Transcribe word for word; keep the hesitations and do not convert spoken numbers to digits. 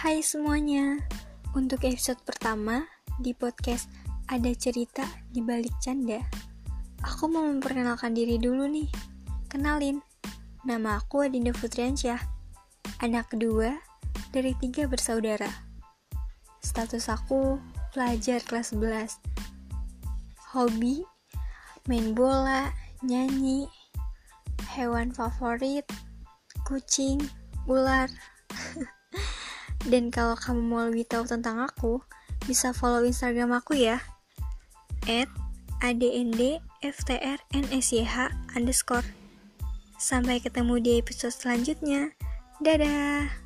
Hai semuanya, untuk episode pertama di podcast Ada Cerita di Balik Canda, aku mau memperkenalkan diri dulu nih. Kenalin, nama aku Adinda Futriansyah, anak kedua dari tiga bersaudara. Status aku pelajar kelas sebelas. Hobi, main bola, nyanyi. Hewan favorit, kucing, ular. Dan kalau kamu mau lebih tahu tentang aku, bisa follow Instagram aku ya, at adndftrnsyh underscore. Sampai ketemu di episode selanjutnya. Dadah.